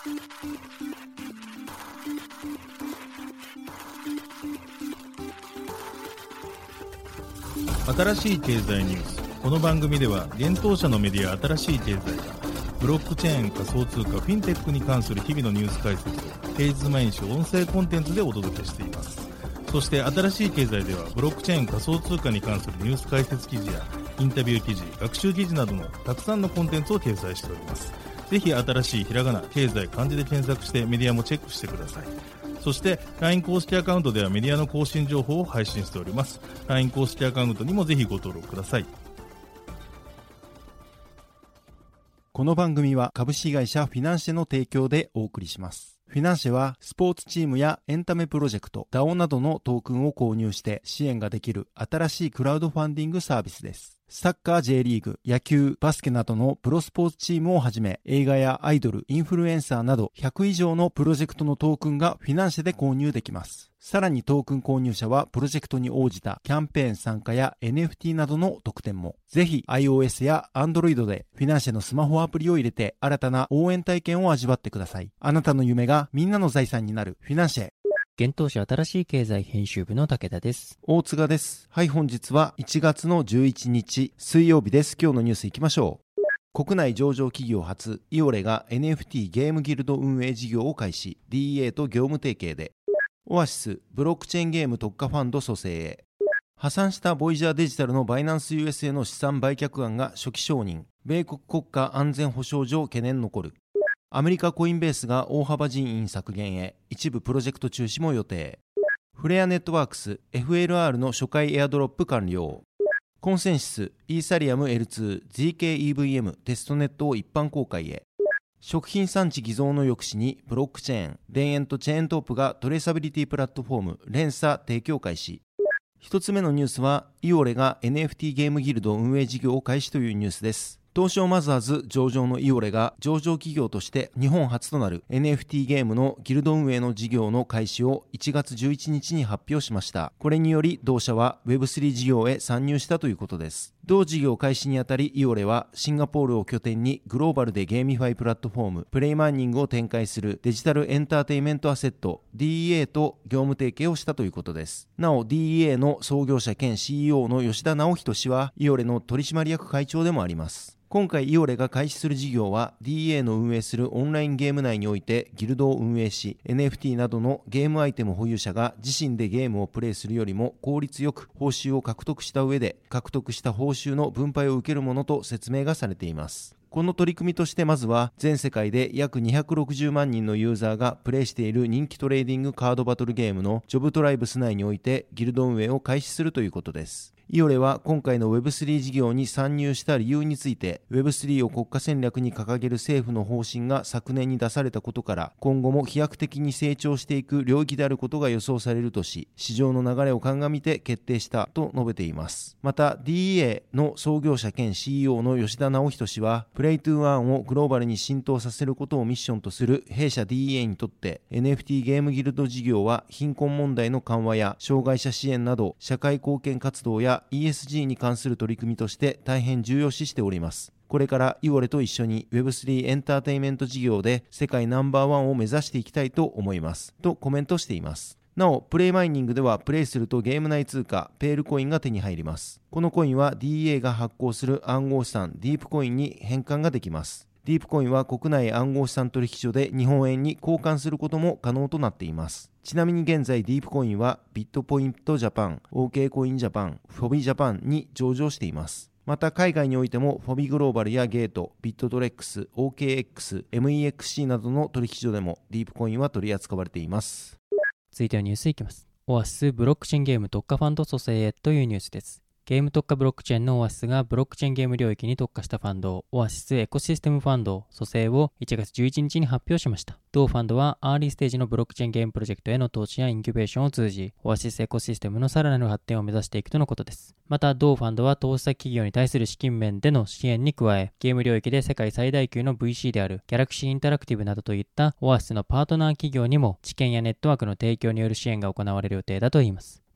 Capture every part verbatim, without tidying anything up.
新しい経済ニュース。この番組では現当社のメディア新しい経済がブロックチェーン、仮想通貨、フィンテックに関する日々のニュース解説を平日毎日音声コンテンツでお届けしています。そして新しい経済ではブロックチェーン、仮想通貨に関するニュース解説記事やインタビュー記事、学習記事などのたくさんのコンテンツを掲載しております。ぜひ新しいひらがな、経済、漢字で検索してメディアもチェックしてください。そして ライン 公式アカウントではメディアの更新情報を配信しております。 ライン 公式アカウントにもぜひご登録ください。 この番組は株式会社フィナンシェの提供でお送りします。フィナンシェはスポーツチームやエンタメプロジェクト、ダオ などのトークンを購入して支援ができる新しいクラウドファンディングサービスです。サッカー J リーグ、野球、バスケなどのプロスポーツチームをはじめ、映画やアイドル、インフルエンサーなどひゃく以上のプロジェクトのトークンがフィナンシェで購入できます。さらにトークン購入者はプロジェクトに応じたキャンペーン参加や エヌエフティー などの特典も。ぜひ iOS や Android でフィナンシェのスマホアプリを入れて新たな応援体験を味わってください。あなたの夢がみんなの財産になるフィナンシェ。 現当社新しい経済編集部の武田です。 大塚です。はい、本日はいちがつのじゅういちにち水曜日です。今日のニュースいきましょう。国内上場企業初、イオレが エヌエフティー ゲームギルド運営事業を開始、 ディーイーエー と業務提携で。オアシス、ブロックチェーンゲーム特化ファンド蘇生へ。破産したボイジャーデジタルのバイナンス ユーエスエー の資産売却案が初期承認、米国国家安全保障上懸念残る。アメリカコインベースが大幅人員削減へ、一部プロジェクト中止も予定。フレアネットワークス エフエルアール の初回エアドロップ完了。コンセンシスイーサリアム エルツー ジーケーイーブイエム テストネットを一般公開へ。食品産地偽造の抑止にブロックチェーン、田園とチェーントープがトレーサビリティプラットフォーム連鎖提供開始。一つ目のニュースは、イオレが エヌエフティー ゲームギルド運営事業を開始というニュースです。東証マザーズ上場のイオレが上場企業として日本初となる エヌエフティー ゲームのギルド運営の事業の開始をいちがつじゅういちにちに発表しました。これにより同社は ウェブスリー 事業へ参入したということです。同事業開始にあたり、イオレはシンガポールを拠点にグローバルでゲーミファイプラットフォームプレイマーニングを展開するデジタルエンターテイメントアセット ディーイーエー と業務提携をしたということです。なお ディーイーエー の創業者兼 シーイーオー の吉田直人氏はイオレの取締役会長でもあります。今回イオレが開始する事業は ディーイーエー の運営するオンラインゲーム内においてギルドを運営し、 エヌエフティー などのゲームアイテム保有者が自身でゲームをプレイするよりも効率よく報酬を獲得した上で、獲得した報酬の分配を受けるものと説明がされています。この取り組みとして、まずは全世界で約にひゃくろくじゅうまんにんのユーザーがプレイしている人気トレーディングカードバトルゲームのジョブトライブス内においてギルド運営を開始するということです。イオレは今回の ウェブスリー 事業に参入した理由について、 ウェブスリー を国家戦略に掲げる政府の方針が昨年に出されたことから、今後も飛躍的に成長していく領域であることが予想されるとし、市場の流れを鑑みて決定したと述べています。また ディーイーエー の創業者兼 シーイーオー の吉田直人氏は、プレイトゥーアーンをグローバルに浸透させることをミッションとする弊社 ディーイーエー にとって、 エヌエフティー ゲームギルド事業は貧困問題の緩和や障害者支援など社会貢献活動や イーエスジー に関する取り組みとして大変重要視しております。これからイオレと一緒に ウェブスリー エンターテイメント事業で世界ナンバーワンを目指していきたいと思いますとコメントしています。なお、プレイマイニングではプレイするとゲーム内通貨ペールコインが手に入ります。このコインは ディーイーエー が発行する暗号資産ディープコインに変換ができます。ディープコインは国内暗号資産取引所で日本円に交換することも可能となっています。ちなみに現在ディープコインはビットポイントジャパン、OK コインジャパン、フォビジャパンに上場しています。また海外においてもフォビグローバルやゲート、ビットトレックス、オーケーエックス、エムイーエックスシー などの取引所でもディープコインは取り扱われています。 続いてはニュースいきます。オアシスブロックチェーンゲーム特化ファンド蘇生へというニュースです。ゲーム特化ブロックチェーンのオアシスがブロックチェーンゲーム領域に特化したファンド、オアシスエコシステムファンド蘇生をいちがつじゅういちにちに発表しました。同ファンドはアーリーステージのブロックチェーンゲームプロジェクトへの投資やインキュベーションを通じ、オアシスエコシステムのさらなる発展を目指していくとのことです。また同ファンドは投資先企業に対する資金面での支援に加え、ゲーム領域で世界最大級の ブイシー であるギャラクシーインタラクティブなどといったオアシスのパートナー企業にも知見やネットワークの提供による支援が行われる予定だといいます。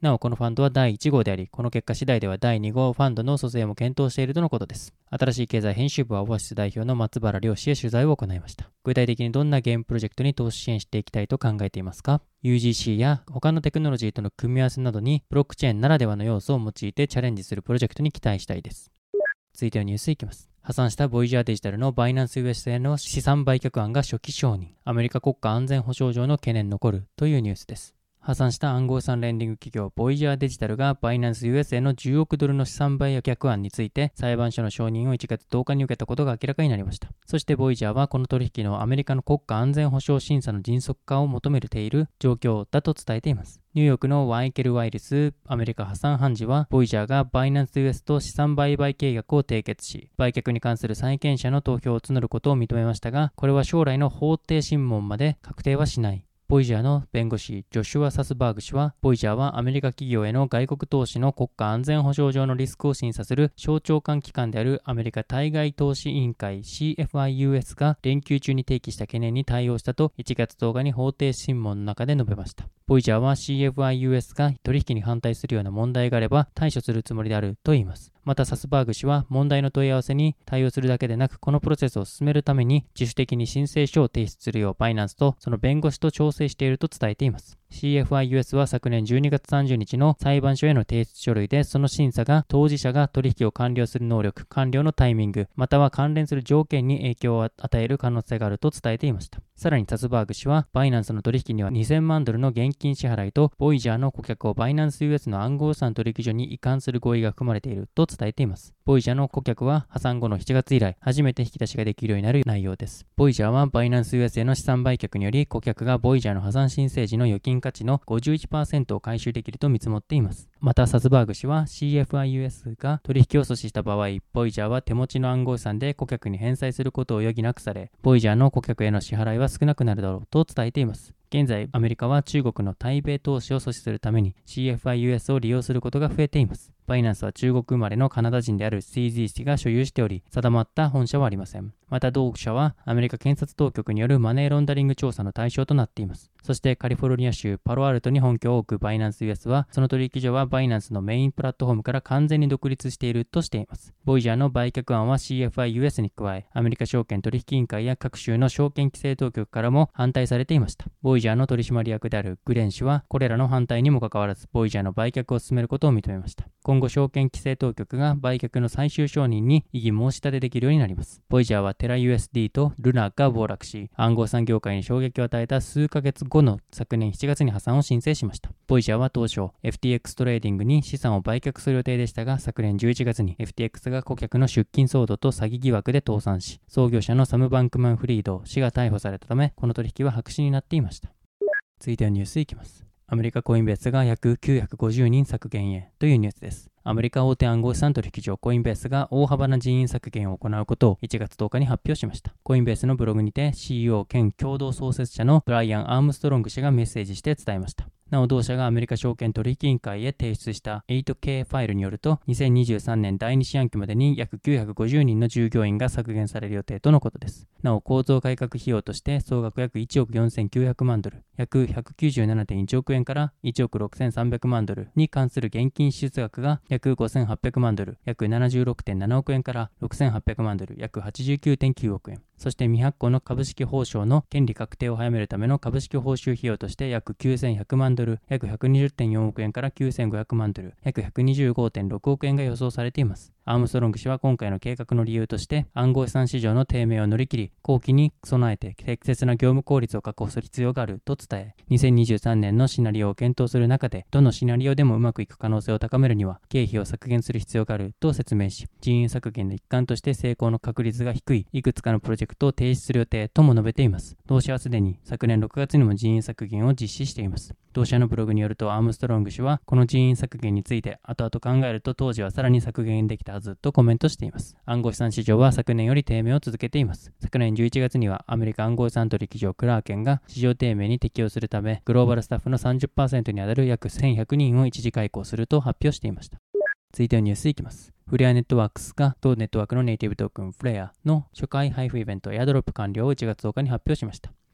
なおこのファンドはだいいち号であり、この結果次第ではだいに号ファンドの蘇生も検討しているとのことです。新しい経済編集部はオアシス代表の松原良氏へ取材を行いました。具体的にどんなゲームプロジェクトに投資支援していきたいと考えていますか？ ユージーシー や他のテクノロジーとの組み合わせなどにブロックチェーンならではの要素を用いてチャレンジするプロジェクトに期待したいです。続いてのニュースいきます。破産したボイジャーデジタルのバイナンス ユーエス への資産売却案が初期承認。アメリカ国家安全保障上の懸念残るというニュースです。破産した暗号資産レンディング企業ボイジャーデジタルがバイナンス ユーエス へのじゅうおくドルの資産売却案について裁判所の承認をいちがつとおかに受けたことが明らかになりました。そしてボイジャーはこの取引のアメリカの国家安全保障審査の迅速化を求めている状況だと伝えています。ニューヨークのワイケル・ワイルスアメリカ破産判事はボイジャーがバイナンス ユーエス と資産売買契約を締結し、売却に関する債権者の投票を募ることを認めましたが、これは将来の法廷審問まで確定はしない。ボイジャーの弁護士ジョシュア・サスバーグ氏は、ボイジャーはアメリカ企業への外国投資の国家安全保障上のリスクを審査する省庁間機関であるアメリカ対外投資委員会 シーエフアイユーエス が連休中に提起した懸念に対応したといちがつとおかに法廷審問の中で述べました。ボイジャーは シーエフアイユーエス が取引に反対するような問題があれば対処するつもりであると言います。またサスバーグ氏は問題の問い合わせに対応するだけでなく、このプロセスを進めるために自主的に申請書を提出するようバイナンスとその弁護士と調整していると伝えています。シーエフアイユーエス は昨年じゅうにがつさんじゅうにちの裁判所への提出書類で、その審査が当事者が取引を完了する能力、完了のタイミング、または関連する条件に影響を与える可能性があると伝えていました。さらにサスバーグ氏は、バイナンスの取引にはにせんまんドルの現金支払いと、ボイジャーの顧客をバイナンス ユーエス の暗号資産取引所に移管する合意が含まれていると伝えています。ボイジャーの顧客は破産後のしちがつ以来、初めて引き出しができるようになる内容です。ボイジャーはバイナンス ユーエス への資産売却により、顧客がボイジャーの破産申請時の預金価値の ごじゅういちパーセント を回収できると見積もっています。またサスバーグ氏は シーエフアイユーエス が取引を阻止した場合、ボイジャーは手持ちの暗号資産で顧客に返済することを余儀なくされ、ボイジャーの顧客への支払いは少なくなるだろうと伝えています。現在、アメリカは中国の対米投資を阻止するために シーエフアイユーエス を利用することが増えています。バイナンスは中国生まれのカナダ人である シージー 氏が所有しており、定まった本社はありません。また同社はアメリカ検察当局によるマネーロンダリング調査の対象となっています。そしてカリフォルニア州パロアルトに本拠を置くバイナンス ユーエス は、その取引所はバイナンスのメインプラットフォームから完全に独立しているとしています。ボイジャーの売却案は シーエフアイユーエス に加え、アメリカ証券取引委員会や各州の証券規制当局からも反対されていました。ボイジャーの取締役であるグレン氏は、これらの反対にもかかわらず、ボイジャーの売却を進めることを認めました。今後、証券規制当局が売却の最終承認に異議申し立てできるようになります。ボイジャーはテラ ユーエスディー とルナが暴落し、暗号資産業界に衝撃を与えた数ヶ月後の昨年しちがつに破産を申請しました。ボイジャーは当初 エフティーエックス トレーディングに資産を売却する予定でしたが、昨年じゅういちがつに エフティーエックス が顧客の出金騒動と詐欺疑惑で倒産し、創業者のサム・バンクマン・フリード氏が逮捕されたため、この取引は白紙になっていました。続いてのニュースいきます。アメリカコインベースが約きゅうひゃくごじゅうにん削減へというニュースです。アメリカ大手暗号資産取引所コインベースが大幅な人員削減を行うことをいちがつとおかに発表しました。コインベースのブログにて シーイーオー 兼共同創設者のブライアン・アームストロング氏がメッセージして伝えました。なお同社がアメリカ証券取引委員会へ提出した エイトケー ファイルによると、にせんにじゅうさんねんだいに四半期までに約きゅうひゃくごじゅうにんの従業員が削減される予定とのことです。なお構造改革費用として総額約いちおくよんせんきゅうひゃくまんドル、約 ひゃくきゅうじゅうななてんいちおくえんからいちおくろくせんさんびゃくまんドルに関する現金支出額が約ごせんはっぴゃくまんドル、約 ななじゅうろくてんななおくえんからろくせんはっぴゃくまんドル、約 はちじゅうきゅうてんきゅうおくえん。そして未発行の株式報奨の権利確定を早めるための株式報酬費用として約きゅうせんひゃくまんドル、約 ひゃくにじゅってんよんおくえんからきゅうせんごひゃくまんドル、約 ひゃくにじゅうごてんろくおくえんが予想されています。アームストロング氏は今回の計画の理由として、暗号資産市場の低迷を乗り切り、後期に備えて適切な業務効率を確保する必要があると伝え、にせんにじゅうさんねんのシナリオを検討する中で、どのシナリオでもうまくいく可能性を高めるには、経費を削減する必要があると説明し、人員削減の一環として成功の確率が低いいくつかのプロジェクトを停止する予定とも述べています。同社はすでに昨年ろくがつにも人員削減を実施しています。同社のブログによると、アームストロング氏はこの人員削減について後々考えると当時はさらに削減できたはずとコメントしています。暗号資産市場は昨年より低迷を続けています。昨年じゅういちがつにはアメリカ暗号資産取引所クラーケンが市場低迷に適応するため、グローバルスタッフの さんじゅっパーセント にあたる約せんひゃくにんを一時解雇すると発表していました。続いてのニュースいきます。フレアネットワークスが当ネットワークのネイティブトークンフレアの初回配布イベントエアドロップ完了をいちがつとおかに発表しました。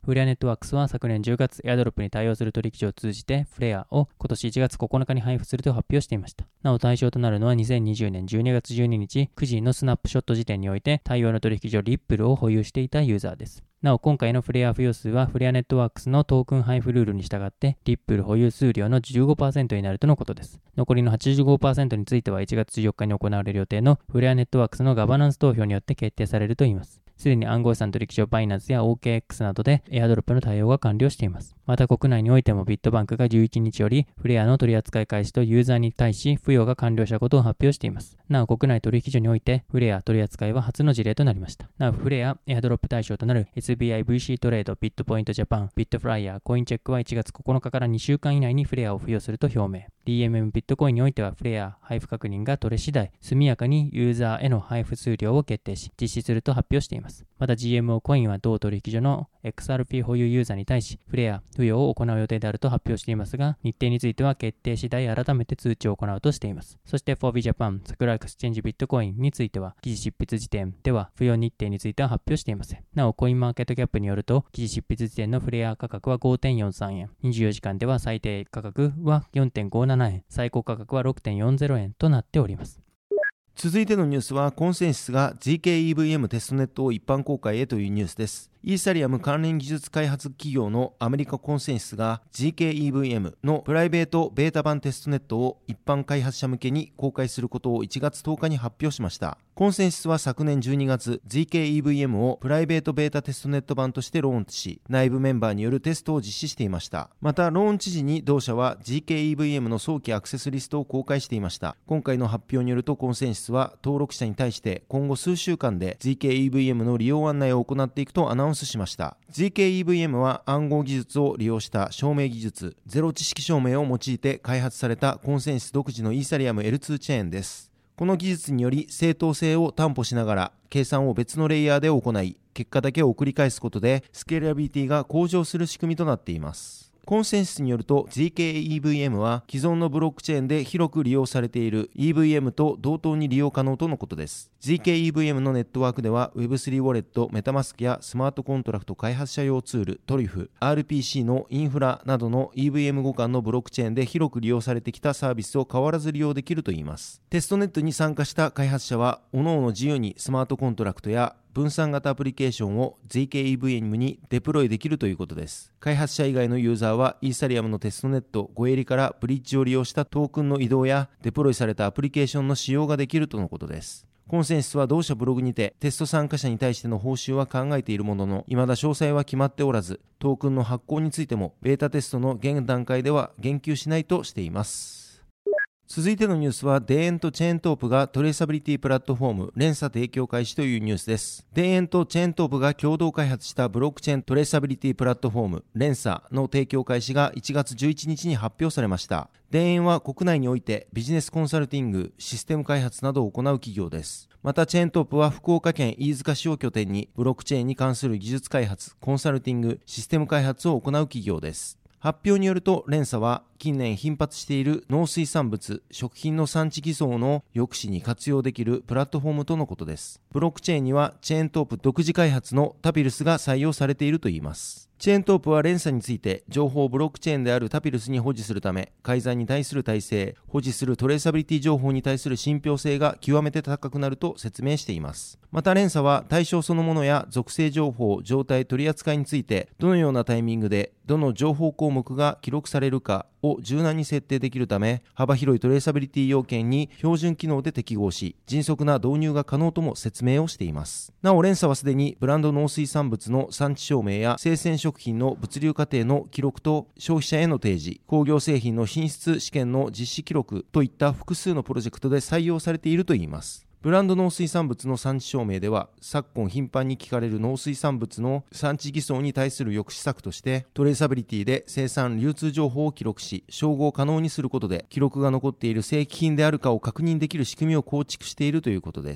フレアネットワークスは昨年じゅうがつエアドロップに対応する取引所を通じてフレアを今年いちがつここのかに配布すると発表していました。なお対象となるのはにせんにじゅうねんじゅうにがつじゅうににちくじのスナップショット時点において対応の取引所リップルを保有していたユーザーです。なお今回のフレア付与数はフレアネットワークスのトークン配布ルールに従ってリップル保有数量の じゅうごパーセント になるとのことです。残りの はちじゅうごパーセント についてはいちがつじゅうよっかに行われる予定のフレアネットワークスのガバナンス投票によって決定されるといいます。すでに暗号資産取引所バイナンスや オーケーエックス などでエアドロップの対応が完了しています。また国内においてもビットバンクがじゅういちにちよりフレアの取扱い開始とユーザーに対し付与が完了したことを発表しています。なお国内取引所においてフレア取扱いは初の事例となりました。なおフレアエアドロップ対象となる エスビーアイ ブイシー トレード、ビットポイントジャパン、ビットフライヤー、コインチェックはいちがつここのかからにしゅうかん以内にフレアを付与すると表明。ディーエムエム ビットコインにおいてはフレア配布確認が取れ次第速やかにユーザーへの配布数量を決定し実施すると発表しています。また ジーエムオー コインは同取引所の エックスアールピー 保有ユーザーに対しフレア付与を行う予定であると発表していますが、日程については決定次第改めて通知を行うとしています。そして フォービー Japan、桜エクスチェンジビットコインについては記事執筆時点では付与日程については発表していません。なおコインマーケットキャップによると記事執筆時点のフレア価格は ごてんよんさんえん、にじゅうよじかんでは最低価格は よんてんごななえん、最高価格は ろくてんよんぜろえんとなっております。 続いてのニュースはコンセンシスが ジーケーイーブイエム テストネットを一般公開へというニュースです。イーサリアム関連技術開発企業のアメリカコンセンシスが ジーケーイーブイエム のプライベートベータ版テストネットを一般開発者向けに公開することをいちがつとおかに発表しました。コンセンシスは昨年じゅうにがつ ジーケーイーブイエム をプライベートベータテストネット版としてローンチし、内部メンバーによるテストを実施していました。またローンチ時に同社は ジーケーイーブイエム の早期アクセスリストを公開していました。今回の発表によるとコンセンシスは登録者に対して今後数週間で ジーケーイーブイエム の利用案内を行っていくとアナウンスしました。ジーケーイーブイエム は暗号技術を利用した証明技術、ゼロ知識証明を用いて開発されたコンセンシス独自のイーサリアム エルツー チェーンです。この技術により正当性を担保しながら計算を別のレイヤーで行い、結果だけを送り返すことでスケーラビリティが向上する仕組みとなっています。コンセンシスによると ジーケーイーブイエム は既存のブロックチェーンで広く利用されている イーブイエム と同等に利用可能とのことです。ジーケーイーブイエム のネットワークでは ウェブスリー ウォレット、メタマスクやスマートコントラクト開発者用ツール、トリュフ、アールピーシー のインフラなどの イーブイエム 互換のブロックチェーンで広く利用されてきたサービスを変わらず利用できるといいます。テストネットに参加した開発者は各々自由にスマートコントラクトや分散型アプリケーションを ジーケーイーブイエム にデプロイできるということです。開発者以外のユーザーはイーサリアムのテストネットご襟からブリッジを利用したトークンの移動やデプロイされたアプリケーションの使用ができるとのことです。コンセンシスは同社ブログにてテスト参加者に対しての報酬は考えているものの、未だ詳細は決まっておらず、トークンの発行についてもベータテストの現段階では言及しないとしています。続いてのニュースは、デーエンとチェーントープがトレーサビリティプラットフォーム連鎖提供開始というニュースです。デーエンとチェーントープが共同開発したブロックチェーントレーサビリティプラットフォーム連鎖の提供開始がいちがつじゅういちにちに発表されました。デーエンは国内においてビジネスコンサルティング、システム開発などを行う企業です。またチェーントープは福岡県飯塚市を拠点にブロックチェーンに関する技術開発、コンサルティング、システム開発を行う企業です。発表によると連鎖は近年頻発している農水産物、食品の産地偽装の抑止に活用できるプラットフォームとのことです。ブロックチェーンにはチェーントープ独自開発のタピルスが採用されているといいます。チェーントープは連鎖について情報をブロックチェーンであるタピルスに保持するため、改ざんに対する耐性、保持するトレーサビリティ情報に対する信憑性が極めて高くなると説明しています。また連鎖は対象そのものや属性情報、状態、取り扱いについてどのようなタイミングでどの情報項目が記録されるかを柔軟に設定できるため、幅広いトレーサビリティ要件に標準機能で適合し、迅速な導入が可能とも説明をしています。なお連鎖はすでにブランド農水産物の産地証明や生鮮食品の物流過程の記録と消費者への提示、工業製品の品質試験の実施記録といった複数のプロジェクトで採用されているといいます。ブランド農水産物の産地証明では、昨今頻繁に聞かれる農水産物の産地偽装に対する抑止策として、トレーサビリティで生産・流通情報を記録し、照合可能にすることで、記録が残っている正規品であるかを確認できる仕組みを構築しているということです。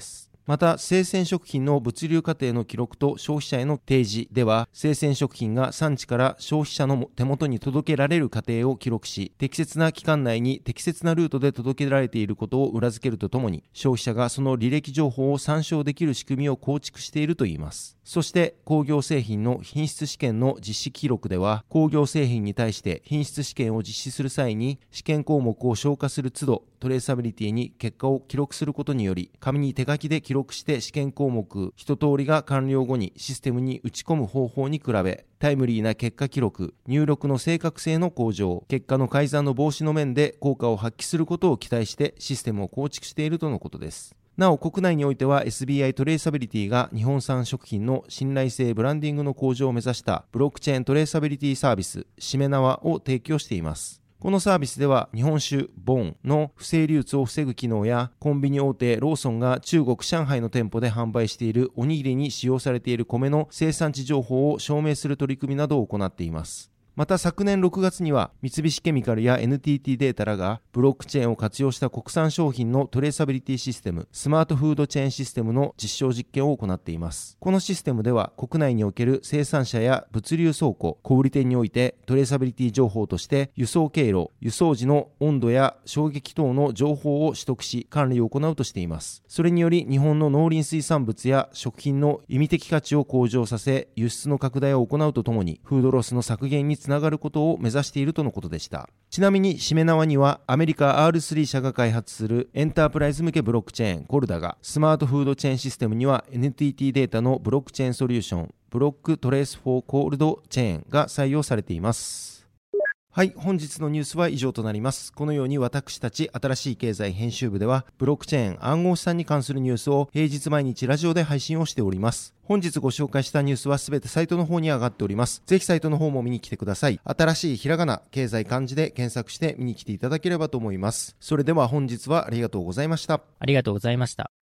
また生鮮食品の物流過程の記録と消費者への提示では、生鮮食品が産地から消費者の手元に届けられる過程を記録し、適切な期間内に適切なルートで届けられていることを裏付けるとともに、消費者がその履歴情報を参照できる仕組みを構築しているといいます。そして工業製品の品質試験の実施記録では、工業製品に対して品質試験を実施する際に試験項目を消化する都度トレーサビリティに結果を記録することにより、紙に手書きで記録して試験項目一通りが完了後にシステムに打ち込む方法に比べ、タイムリーな結果記録、入力の正確性の向上、結果の改ざんの防止の面で効果を発揮することを期待してシステムを構築しているとのことです。なお国内においては エスビーアイ トレーサビリティが日本産食品の信頼性ブランディングの向上を目指したブロックチェーントレーサビリティサービスしめ縄を提供しています。このサービスでは日本酒ボンの不正流通を防ぐ機能や、コンビニ大手ローソンが中国上海の店舗で販売しているおにぎりに使用されている米の生産地情報を証明する取り組みなどを行っています。また昨年ろくがつには三菱ケミカルや エヌティーティー データらがブロックチェーンを活用した国産商品のトレーサビリティシステムスマートフードチェーンシステムの実証実験を行っています。このシステムでは国内における生産者や物流倉庫、小売店においてトレーサビリティ情報として輸送経路、輸送時の温度や衝撃等の情報を取得し管理を行うとしています。それにより日本の農林水産物や食品の意味的価値を向上させ、輸出の拡大を行うとともにフードロスの削減につながることを目指しているとのことでした。ちなみにしめ縄にはアメリカ アールスリー 社が開発するエンタープライズ向けブロックチェーンコルダが、スマートフードチェーンシステムには エヌティーティー データのブロックチェーンソリューションブロックトレースフォーコールドチェーンが採用されています。はい、本日のニュースは以上となります。このように私たち新しい経済編集部ではブロックチェーン暗号資産に関するニュースを平日毎日ラジオで配信をしております。本日ご紹介したニュースはすべてサイトの方に上がっております。ぜひサイトの方も見に来てください。新しいひらがな、経済漢字で検索して見に来ていただければと思います。それでは本日はありがとうございました。 ありがとうございました。